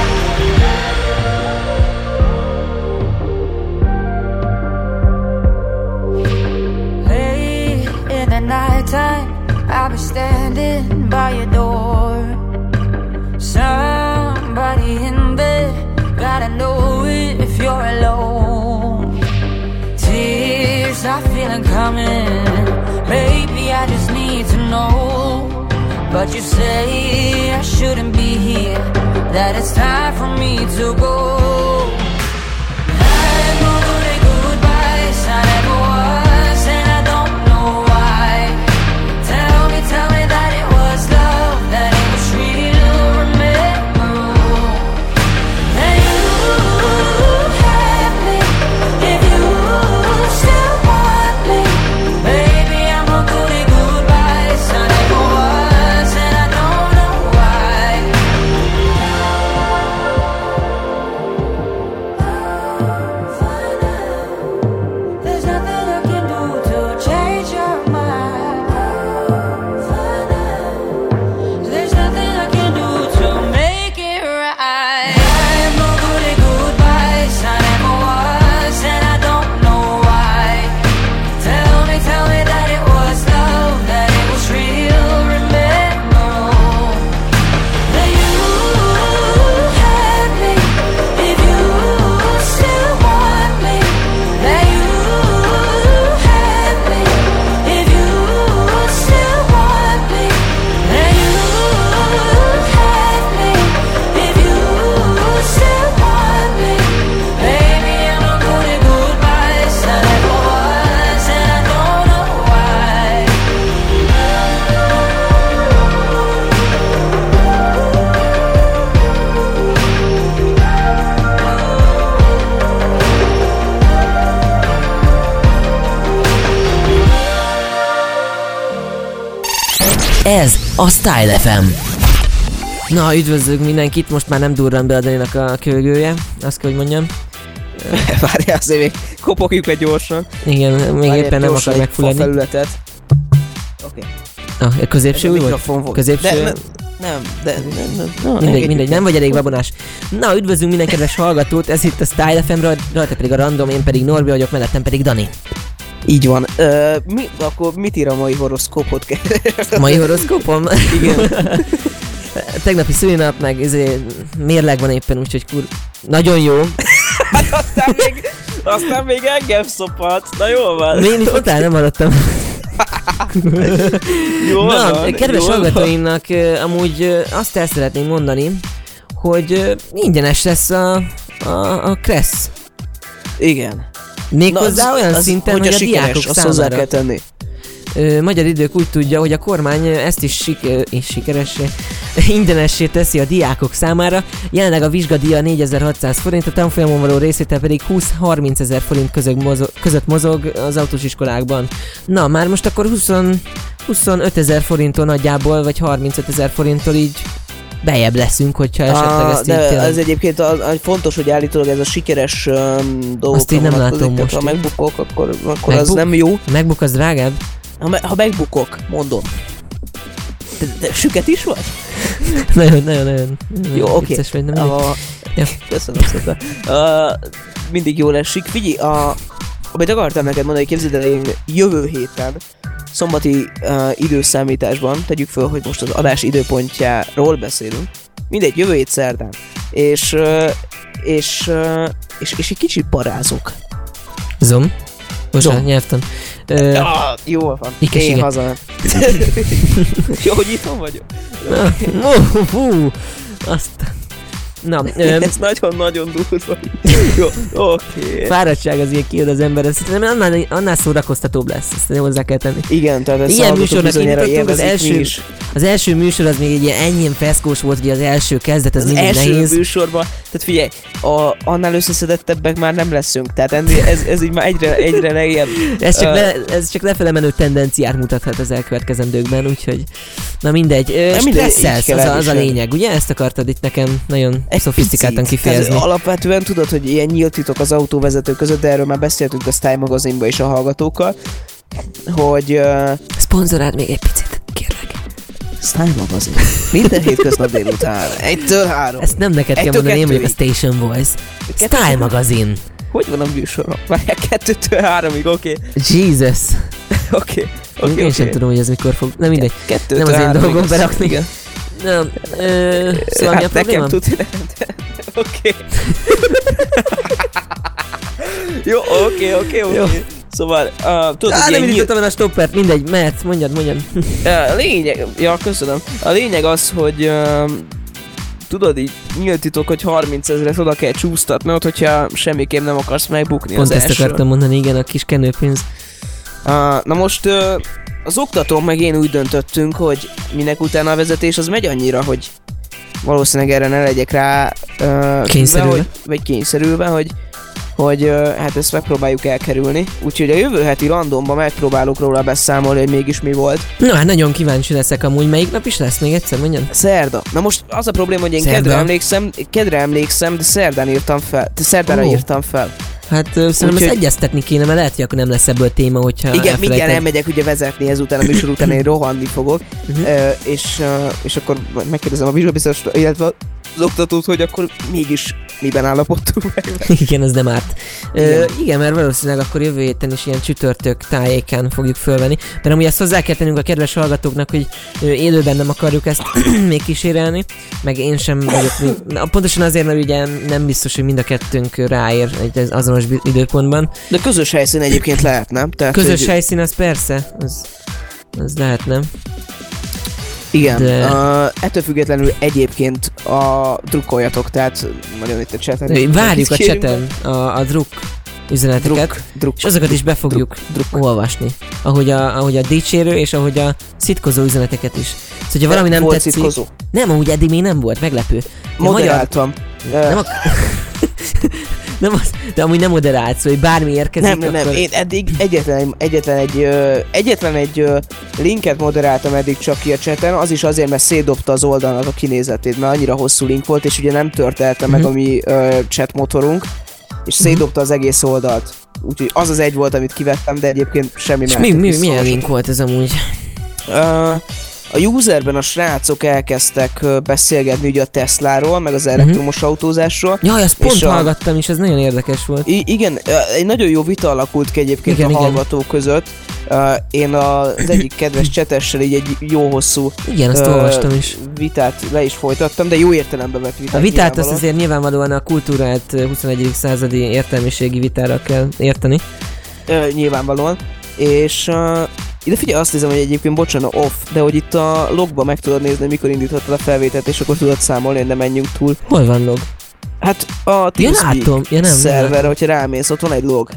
Late in the nighttime, I'll be standing by your door. Somebody in bed, gotta know if you're alone. Tears are feeling coming, maybe I just need to know. But you say I shouldn't be here, that it's time for me to go. I'm no good at goodbyes, I never was, and I don't know why. Tell me, tell me that it was love, that it was real. Remember that you had me. If you still want me, baby, I'm no good at goodbyes, I never was, and I don't know why. There's nothing I can do to change your mind. There's nothing I can do to make it right. I'm no good at goodbyes, I never was, and I don't know why. Tell me, tell me that it was love, that it was real. Remember that you had me. If you still want me, that you had me. If you still want me, that you had me. If you still want me, baby, I'm no good at goodbyes, I never was, and I don't know why. Ez a Style ef em. Na, üdvözlök mindenkit, most már nem durran be a Daninak a kölgője, azt kell, hogy mondjam. Várjál, azért még kopogjuk le gyorsan. Igen, még Várjál, éppen nem gyorsan akar egy megfulladni. fafelületet. Oké. Ah, a középső Ez a úgy volt? mikrofon volt. Középső? De, nem, nem, de nem, nem, nem, Mindegy, engedjük mindegy, nem meg. vagy elég babonás. Na, üdvözlünk minden kedves hallgatót, ez itt a Style ef em, raj- rajta pedig a Random, én pedig Norbi vagyok, mellettem pedig Dani. Így van. Ö, mi, akkor mit ír a mai horoszkópot? Mai horoszkópom? Igen. Tegnapi szülinap, meg izé, mérleg van éppen, úgyhogy kur... Nagyon jó. aztán, még, aztán még engem szopat. Na jól van. Én is totál nem maradtam. Jól Na, van, kedves jól hallgatóinknak uh, amúgy uh, azt el szeretném mondani, hogy uh, ingyenes lesz a, a, a Kressz. Igen. Méghozzá olyan szinten, hogy a sikeres, diákok azt hozzá számára. kell tenni. Ö, Magyar Idők úgy tudja, hogy a kormány ezt is, sik- is sikeressé, ingyenessé teszi a diákok számára. Jelenleg a vizsgadíja négyezer-hatszáz forint, a tanfolyamon való részvétel pedig húsz-harminc ezer forint között mozog, között mozog az autós iskolákban. Na, már most akkor húsz, huszonöt ezer forinton nagyjából, vagy harmincöt ezer forinttól így bejebb leszünk, hogyha esetleg Ah, ezt így de tényleg... ez egyébként az, az fontos, hogy állítólag ez a sikeres um, dolgok. Azt így nem látom most Ha így. megbukok, akkor, akkor az Megbuk? nem jó. MacBook az drágább? Ha, me, ha megbukok, mondom. De, de süket is vagy? Nagyon, nagyon, nagyon. Jó, oké. Vicces vagy, nem? A... Ja. Köszönöm szépen. Uh, mindig jól esik. Figyelj, a... amit akartam neked mondani, képzeld el, én jövő héten szombati uh, időszámításban, tegyük föl, hogy most az adás időpontjáról beszélünk, mindegy, jövő hét szerdán, és, uh, és, uh, és, és egy kicsit parázok. Zom. Most Zom. nyelvtan. Ö, Ah, jól van, Ikes, én igen. haza. Jó, hogy itthon vagyok. uh, hú, azt... Na, ö, Ez nagyon-nagyon durva. Jó, oké. fáradtság az ilyen kijön az ember, ez szerintem annál, annál szórakoztatóbb lesz, ezt hozzá kell tenni. Igen, tehát ezt Ilyen a műsornak bizonyára indítottunk, az élvezik mi első, is. az első műsor az még egy ilyen ennyien feszkós volt, ugye az első kezdet, ez Az mindig első nehéz. műsorban, tehát figyelj, a, annál összeszedettebbek már nem leszünk, tehát ennél, ez, ez így már egyre, egyre lejjebb. Ez csak, Ö, le, ez csak lefele menő tendenciát mutathat az elkövetkezendőkben, úgyhogy na mindegy. Ö, Na mindegy, stresszelsz, így kell az, a- az a elviselni. lényeg, ugye? Ezt akartad itt nekem nagyon Egy szofisztikáltan picit. kifejezni. Tehát alapvetően tudod, hogy ilyen nyílt titok az autóvezetők között, de erről már beszéltünk a Style magazinban is a hallgatókkal, hogy uh, Szponzoráld még egy picit, kérlek. Style magazin. Minden hétköznap délután. Egytől három. Ezt nem neked kell Egytől mondani, én vagyok a kettőig. Station Voice. Kettő- Style magazin. Hogy van a műsorom? Várjál, kettőtől háromig, oké. Jesus. Oké. Én Oké, sem oké. tudom, hogy ez mikor fog. Na mindegy. Kettőtől Nem az én háromig dolgom lesz. berakni. Igen. Na, ö, szóval mi a Hát probléma? nekem tudni nem. Oké. Jó, oké, oké, Jó. oké. Szóval, uh, tudod, Á, hogy nem ilyen nyílt... indítottam el a stoppert, mindegy, mehetsz, mondjad, mondjad. A lényeg, ja, köszönöm. A lényeg az, hogy uh, tudod így nyílt titok, hogy harminc ezret oda kell csúsztatnod, hogyha semmiképp nem akarsz megbukni Pont az ezt első. akartam mondani, igen, a kis kenőpénz. Uh, na most uh, az oktatók meg én úgy döntöttünk, hogy minek utána a vezetés az megy annyira, hogy valószínűleg erre ne legyek rá uh, Kényszerülve. Hogy, vagy kényszerülve, hogy hogy uh, hát ezt megpróbáljuk elkerülni. Úgyhogy a jövő heti randomban megpróbálok róla beszámolni, hogy mégis mi volt. Na hát nagyon kíváncsi leszek amúgy, melyik nap is lesz még egyszer, mondjad? Szerda. Na most az a probléma, hogy én Szerda. kedre emlékszem, kedre emlékszem, de szerdán írtam fel. De szerdára Ó. írtam fel. Hát ö, szerintem Úgyhogy- ezt egyeztetni kéne, mert lehet, hogy akkor nem lesz ebből téma, hogyha Igen, mindjárt elfelejted. elmegyek ugye vezetni ezután, a műsor után én rohanni fogok. Mhm. Ö, és, ö, és akkor majd megkérdezem a vizsgabiztos, illetve az oktatót, hogy akkor mégis miben állapodtunk meg. Igen, ez nem árt. Ö, Igen. igen, mert valószínűleg akkor jövő héten is ilyen csütörtök tájékán fogjuk fölvenni. Mert amúgy ezt hozzá kell tennünk a kedves hallgatóknak, hogy ö, élőben nem akarjuk ezt még kísérelni, meg én sem vagyok még. Na, pontosan azért, mert ugye nem biztos, hogy mind a kettőnk ráér egy azonos bi- időpontban. De közös helyszín egyébként lehet, nem? Tehát, Közös hogy- helyszín, az persze, az, az lehet, nem? Igen, de- uh, ettől függetlenül egyébként a drukkoljatok, tehát nagyon itt a chaten. Ö, Várjuk a Kérünk chaten a, a druk üzeneteket. Druk, druk, És azokat is be fogjuk druk. olvasni. Ahogy a, ahogy a dicsérő és ahogy a szitkozó üzeneteket is. Szóval, hogyha valami nem Volt tetszik... szitkozó. Nem, amúgy eddig még nem volt, meglepő. Én magyar... Moderáltam. Nem, Ö, ak... nem az, de amúgy nem moderált, szóval, hogy bármi érkezik, Nem, nem, nem, akkor... én eddig egyetlen, egyetlen egy, ö, egyetlen egy ö, linket moderáltam eddig csak ki a chaten, az is azért, mert szétdobta az oldalnak a kinézetét, mert annyira hosszú link volt, és ugye nem törtelte meg Mhm. a mi ö, chat motorunk, és szétdobta az egész oldalt. Úgyhogy az az egy volt, amit kivettem, de egyébként semmi És más. mi, mi, milyen link volt ez amúgy? Ö, a userben a srácok elkezdtek ö, beszélgetni ugye a Tesláról, meg az elektromos autózásról. Jaj, azt pont És a- hallgattam is, ez nagyon érdekes volt. I- igen, ö, egy nagyon jó vita alakult ki egyébként Igen, a igen. hallgatók között. Ö, én az egyik kedves csetessel így egy jó hosszú Igen, azt ö, olvastam is. vitát le is folytattam, de jó értelemben vett vitát. A vitát azt nyilvánvalóan. azért nyilvánvalóan a kultúrált ö, huszonegyedik századi értelmiségi vitára kell érteni. Ö, nyilvánvalóan. És uh, ide figyelj, azt nézem, hogy egyébként bocsánat, off, de hogy itt a logba meg tudod nézni, mikor indítottad a felvételt, és akkor tudod számolni, hogy ne menjünk túl. Hol van log? Hát a Ja, TeamSpeak látom. Ja, nem, nem szerverre, látom. hogyha rámész, ott van egy log.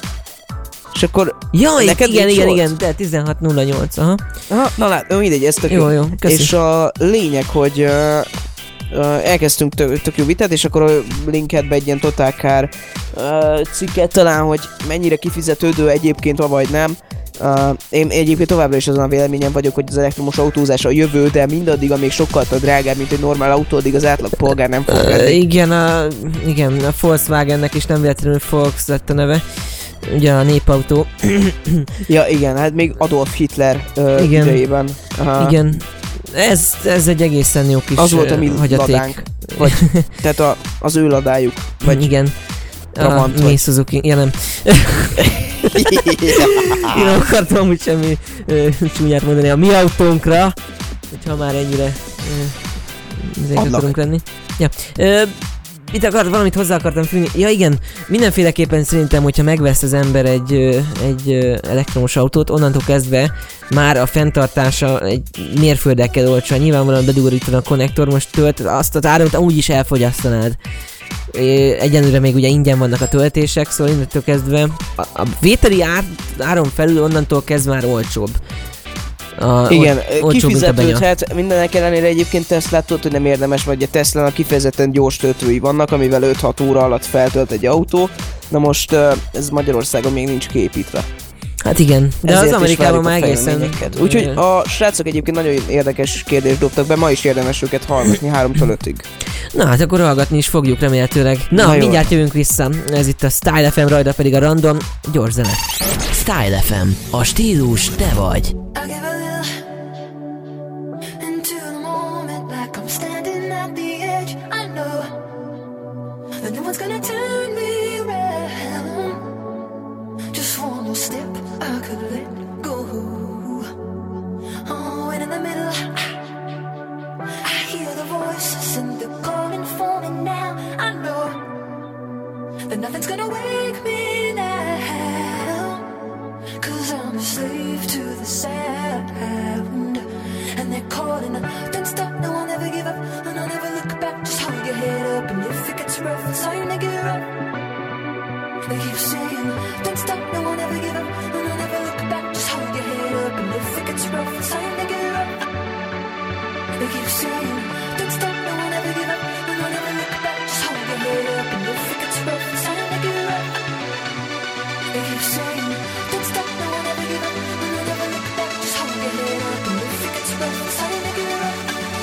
És akkor, Jaj, Neked igen, nincs igen, ott? igen, de tizenhat nulla nyolc, aha. aha, na lát, mindegy, ez tök Jó, jó, köszi. És a lényeg, hogy uh, uh, elkezdtünk tök, tök jó vitát, és akkor a linket be egy ilyen totálkár uh, cikket talán, hogy mennyire kifizetődő egyébként, vagy nem. Uh, én egyébként továbbra is azon a véleményem vagyok, hogy az elektromos autózás a jövő, de mindaddig, amíg sokkal drágább, mint egy normál autó, addig az átlag polgár nem fog Ö, venni. igen, a, igen, a Volkswagennek is nem véletlenül Volks lett a neve. Ugye a népautó. Ja igen, hát még Adolf Hitler uh, Igen. idejében. Uh, Igen. Ez, ez egy egészen jó kis Az volt a ö, mi hagyaték. ladánk. Vagy, tehát a, az ő ladájuk. Vagy igen. Trabant A vagy. mi Suzuki, ja nem. Én nem akartam amúgy semmi ö, csúnyát mondani a mi autónkra, hogyha már ennyire ezek akarunk lenni. Ja. Ö, itt akart, valamit hozzá akartam fűzni. Ja igen, mindenféleképpen szerintem, hogyha megvesz az ember egy, egy elektromos autót, onnantól kezdve már a fenntartása egy mérföldekkel olcsó. Nyilvánvalóan bedugorítanak a konnektor, most tölt, azt az áramot amúgy is elfogyasztanád. Egyenlőre még ugye ingyen vannak a töltések, szóval innentől kezdve a, a vételi ár, áron felül onnantól kezdve már olcsóbb. A, igen, ol, kifizetődhet, mindenek ellenére egyébként Teslát hogy nem érdemes, vagy a Teslának kifejezetten gyors töltői vannak, amivel öt-hat óra alatt feltölt egy autó. Na most ez Magyarországon még nincs kiépítve. Hát igen, de ezért az Amerikában már egészen... Úgyhogy a srácok egyébként nagyon érdekes kérdést dobtak be, ma is érdemes őket hallgatni háromtól ötig. Na hát akkor hallgatni is fogjuk remélhetőleg. Na, Na mindjárt jövünk vissza, ez itt a Style ef em, rajta pedig a Random, gyors zene. Style ef em, a stílus te vagy. Nothing's gonna wake me now, 'cause I'm a slave to the sound. And they're calling, don't stop, no, I'll never give up. And I'll never look back, just hold your head up. And if it gets rough, it's time to get up. They keep saying, don't stop, no, I'll never give up. And I'll never look back, just hold your head up. And if it gets rough, it's time to get up. They keep saying, don't stop, no, I'll never give up. And I'll never look back, just hold your head up. And if it gets rough, it's time to get up. They keep saying, don't stop, no, I'll never give up. And I'll never look back, just hold your head up. And if it gets rough, it's time to get up.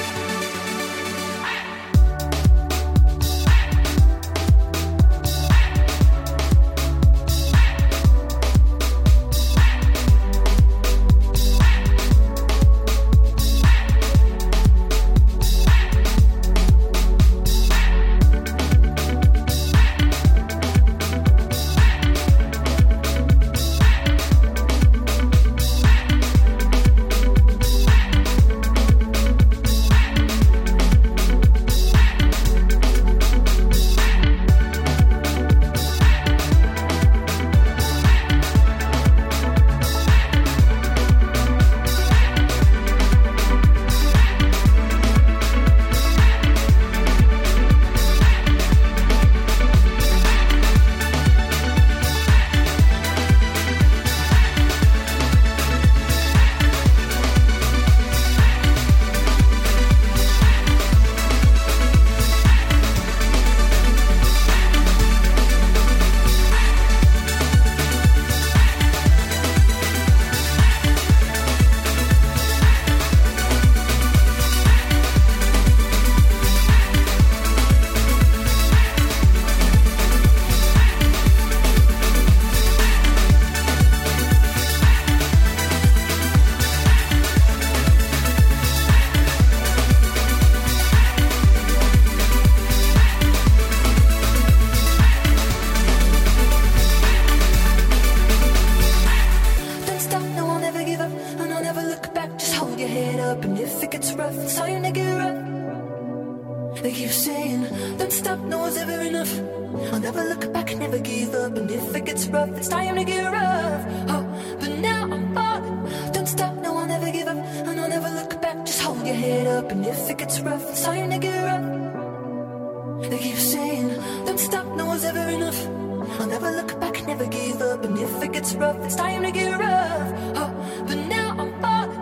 They keep saying, don't stop, no one's ever enough. I'll never look back, never give up. And if it gets rough, it's time to get rough. Oh, but now I'm falling. Don't stop, no, I'll never give up. And I'll never look back, just hold your head up. And if it gets rough, it's time to get rough. They keep saying, don't stop, no one's ever enough. I'll never look back, never give up. And if it gets rough, it's time to get rough. Oh, but now I'm falling.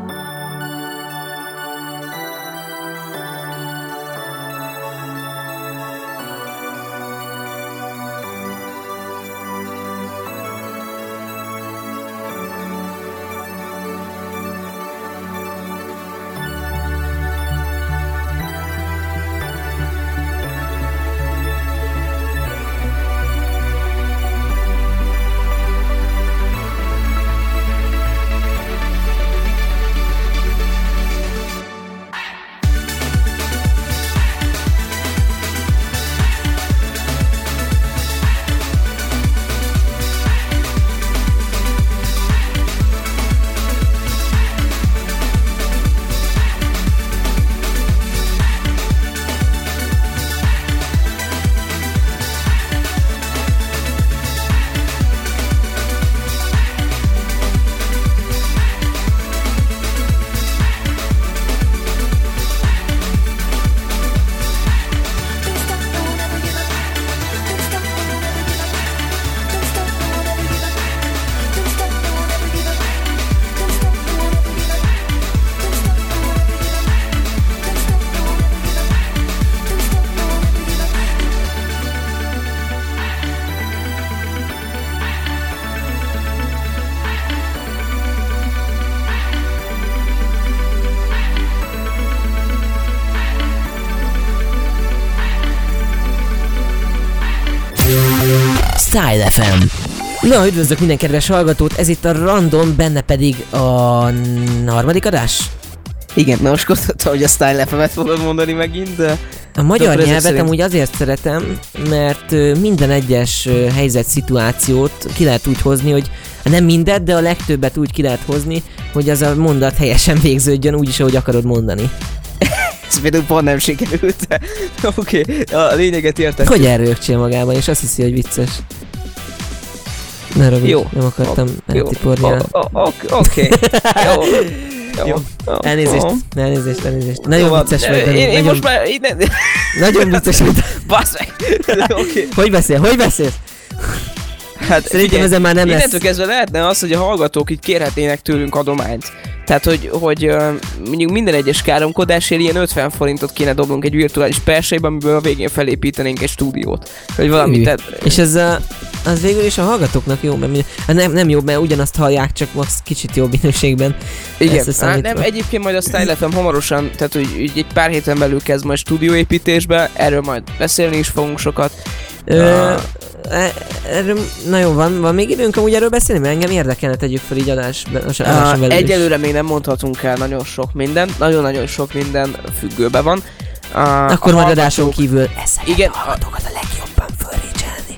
Style ef em. Na, üdvözlök minden kedves hallgatót, ez itt a Random, benne pedig a harmadik adás? Igen, na most gondoltam, hogy a Style ef emet fogod mondani megint, de... A magyar Doktor, nyelvet szerint... amúgy azért szeretem, mert ö, minden egyes ö, helyzet, szituációt ki lehet úgy hozni, hogy nem mindet, de a legtöbbet úgy ki lehet hozni, hogy az a mondat helyesen végződjön, úgyis, ahogy akarod mondani. Ez például pont nem sikerült. Oké, okay, a lényeget érted. Hogy elrögcsél magában, és azt hiszi, hogy vicces. Ne ragudj, jó. Nem akartam Jó. eltiporni rá. Oké. Jó. Jó. Elnézést, elnézést, elnézést. Nagyon Jó, vicces vagy. Én, én nagyon, most már... Én nem... Nagyon vicces vagy. Basz meg! Okay. Hogy beszél? Hogy beszélsz? Hát szerintem figyelj, ezen már nem lesz. Innentől kezdve lehetne az, hogy a hallgatók így kérhetnének tőlünk adományt. Tehát, hogy, hogy uh, mondjuk minden egyes káromkodásért ilyen ötven forintot kéne dobnunk egy virtuális persejbe, amiből a végén felépítenénk egy stúdiót. Vagy valamit. Tehát... És ez a, az végül is a hallgatóknak jó, mert nem, nem jobb, mert ugyanazt hallják, csak max kicsit jobb minőségben. Igen, hát nem, egyébként majd a Style ef em hamarosan, tehát hogy egy pár héten belül kezd majd stúdióépítésbe, erről majd beszélni is fogunk sokat. Ö, uh, erről, na jó, van, van még időnk amúgy erről beszélni, mert engem érdekelne, tegyük fel így adásban, adáson belül is. Egyelőre még nem mondhatunk el nagyon sok minden, nagyon-nagyon sok minden függőben van. Uh, Akkor majd adáson kívül ezzel igen, a hallgatókat a legjobban fölrécselni.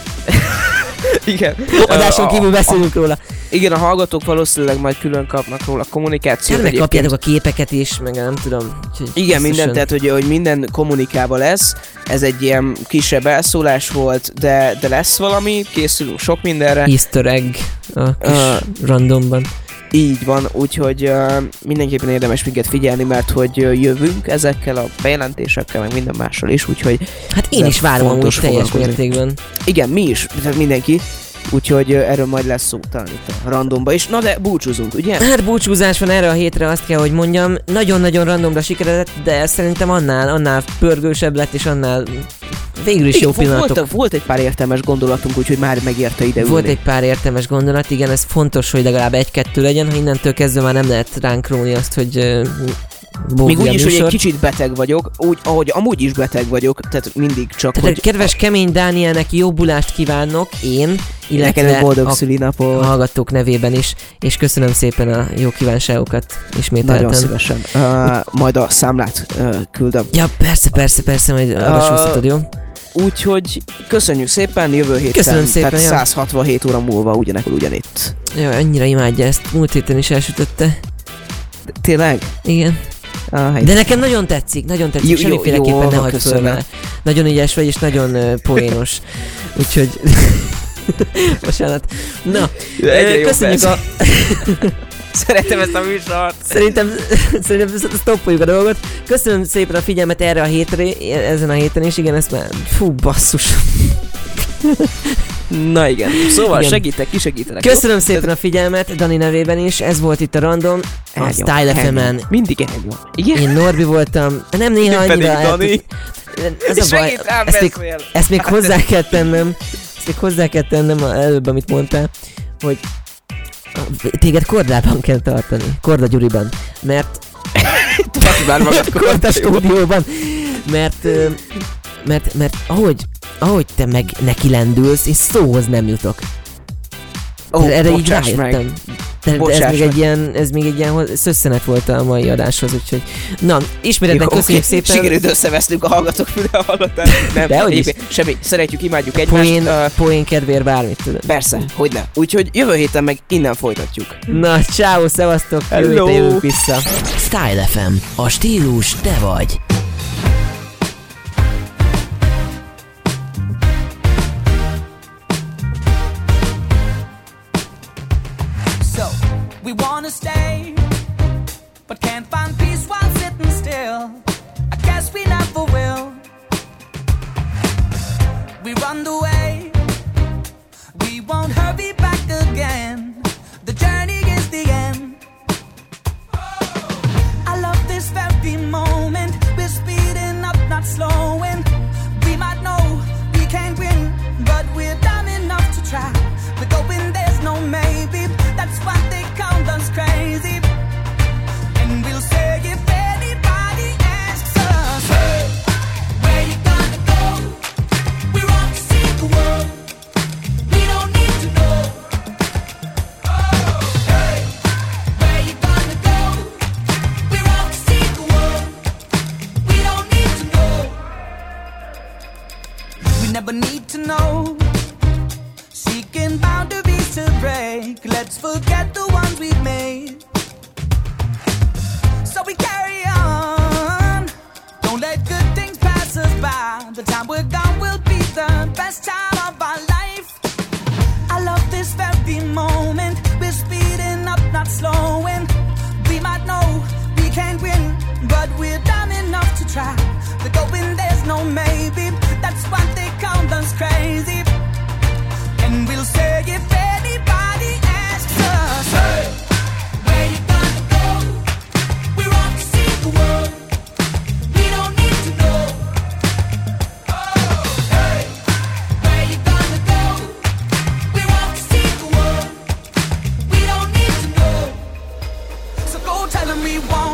Igen. Adáson kívül beszélünk róla. Igen, a hallgatók valószínűleg majd külön kapnak róla kommunikációt. Meg kapjátok a képeket is, meg nem tudom. Igen, minden, tehát hogy, hogy minden kommunikálva lesz. Ez egy ilyen kisebb elszólás volt, de, de lesz valami, készülünk sok mindenre. Easter egg a kis uh, randomban. Így van, úgyhogy uh, mindenképpen érdemes minket figyelni, mert hogy uh, jövünk ezekkel a bejelentésekkel, meg minden mással is, úgyhogy... Hát én is várom amúgy teljes mértékben. Igen, mi is, tehát mindenki. Úgyhogy uh, erről majd lesz szó talán itt a randomba is. Na de búcsúzunk, ugye? Hát búcsúzás van erre a hétre, azt kell, hogy mondjam. Nagyon-nagyon randomra sikeredett, de szerintem annál, annál pörgősebb lett, és annál végül is igen, jó pillanatok. Volt, volt egy pár értelmes gondolatunk, úgyhogy már megérte ide ülni. Volt egy pár értelmes gondolat, igen, ez fontos, hogy legalább egy-kettő legyen, ha innentől kezdve már nem lehet ránk róni azt, hogy... Uh, még úgy is, hogy egy kicsit beteg vagyok, úgy, ahogy amúgy is beteg vagyok, tehát mindig csak, tehát hogy... Kedves kemény Dánielnek jobbulást kívánok, én, illetve boldog a szülinapot. Hallgatók nevében is, és köszönöm szépen a jó kívánságokat ismételten. Nagyon szívesen. Uh, majd a számlát uh, küldöm. Ja, persze, persze, persze, majd uh, arra súsztatod, jó? Úgyhogy köszönjük szépen, jövő héten, köszönöm szépen, tehát ja. száz hatvanhét óra múlva ugyanekkor ugyanitt. Jó, annyira imádja ezt, múlt héten is elsütötte. Tényleg? Igen. Ah, de nekem nagyon tetszik, nagyon tetszik, jó, semmiféleképpen jó, ne hagyd föl vele. Nagyon ügyes vagy, és nagyon uh, poénos. Úgyhogy... Bocsánat. Na, uh, köszönjük a... Szeretem ezt a műsort. Szerintem, szerintem stoppoljuk a dolgot. Köszönöm szépen a figyelmet erre a hétre, ezen a héten is, igen, ezt már... Fú, basszus. Na igen, szóval igen. segítek, kisegítenek. Köszönöm jó? szépen a figyelmet, Dani nevében is, ez volt itt a Random, a elnyom, Style ef emen. Mindig elnyom. Igen? Én Norbi voltam, nem néha én annyira... Dani. Ez a baj, ezt még, ezt még hozzá kell tennem, ezt még hozzá kell tennem előbb, amit mondtál, hogy téged kordában kell tartani, Korda Gyuriban, mert... Már magad Korda stúdióban, mert... Mert, mert ahogy, ahogy te meg neki lendülsz, és szóhoz nem jutok. Oh, erre így rájöttem. De, de ez, még meg. egy ilyen, ez még egy ilyen szösszenet volt a mai adáshoz, úgyhogy... Na, ismeretnek köszönjük okay. szépen. Sikerült összevesztünk a hallgatók füle hallgatán. Nem, de hogy is. Semmi, szeretjük, imádjuk egymást. Poén, uh, poén kedvéért bármit tudod. Persze, hogyne. Úgyhogy jövő héten meg innen folytatjuk. Na, ciao, szevasztok, jövő héten jövünk vissza. Style ef em, a stílus te vagy. We wanna stay, but can't find peace while sitting still. I guess we never will. We run away, we won't hurry back again. The journey is the end. I love this very moment. We're speeding up, not slowing. We might know we can't win, but we're dumb enough to try. We're going, there's no maybe. That's why they count us crazy. And we'll say if anybody asks us, hey, where you gonna go? We're off to see the world. when we want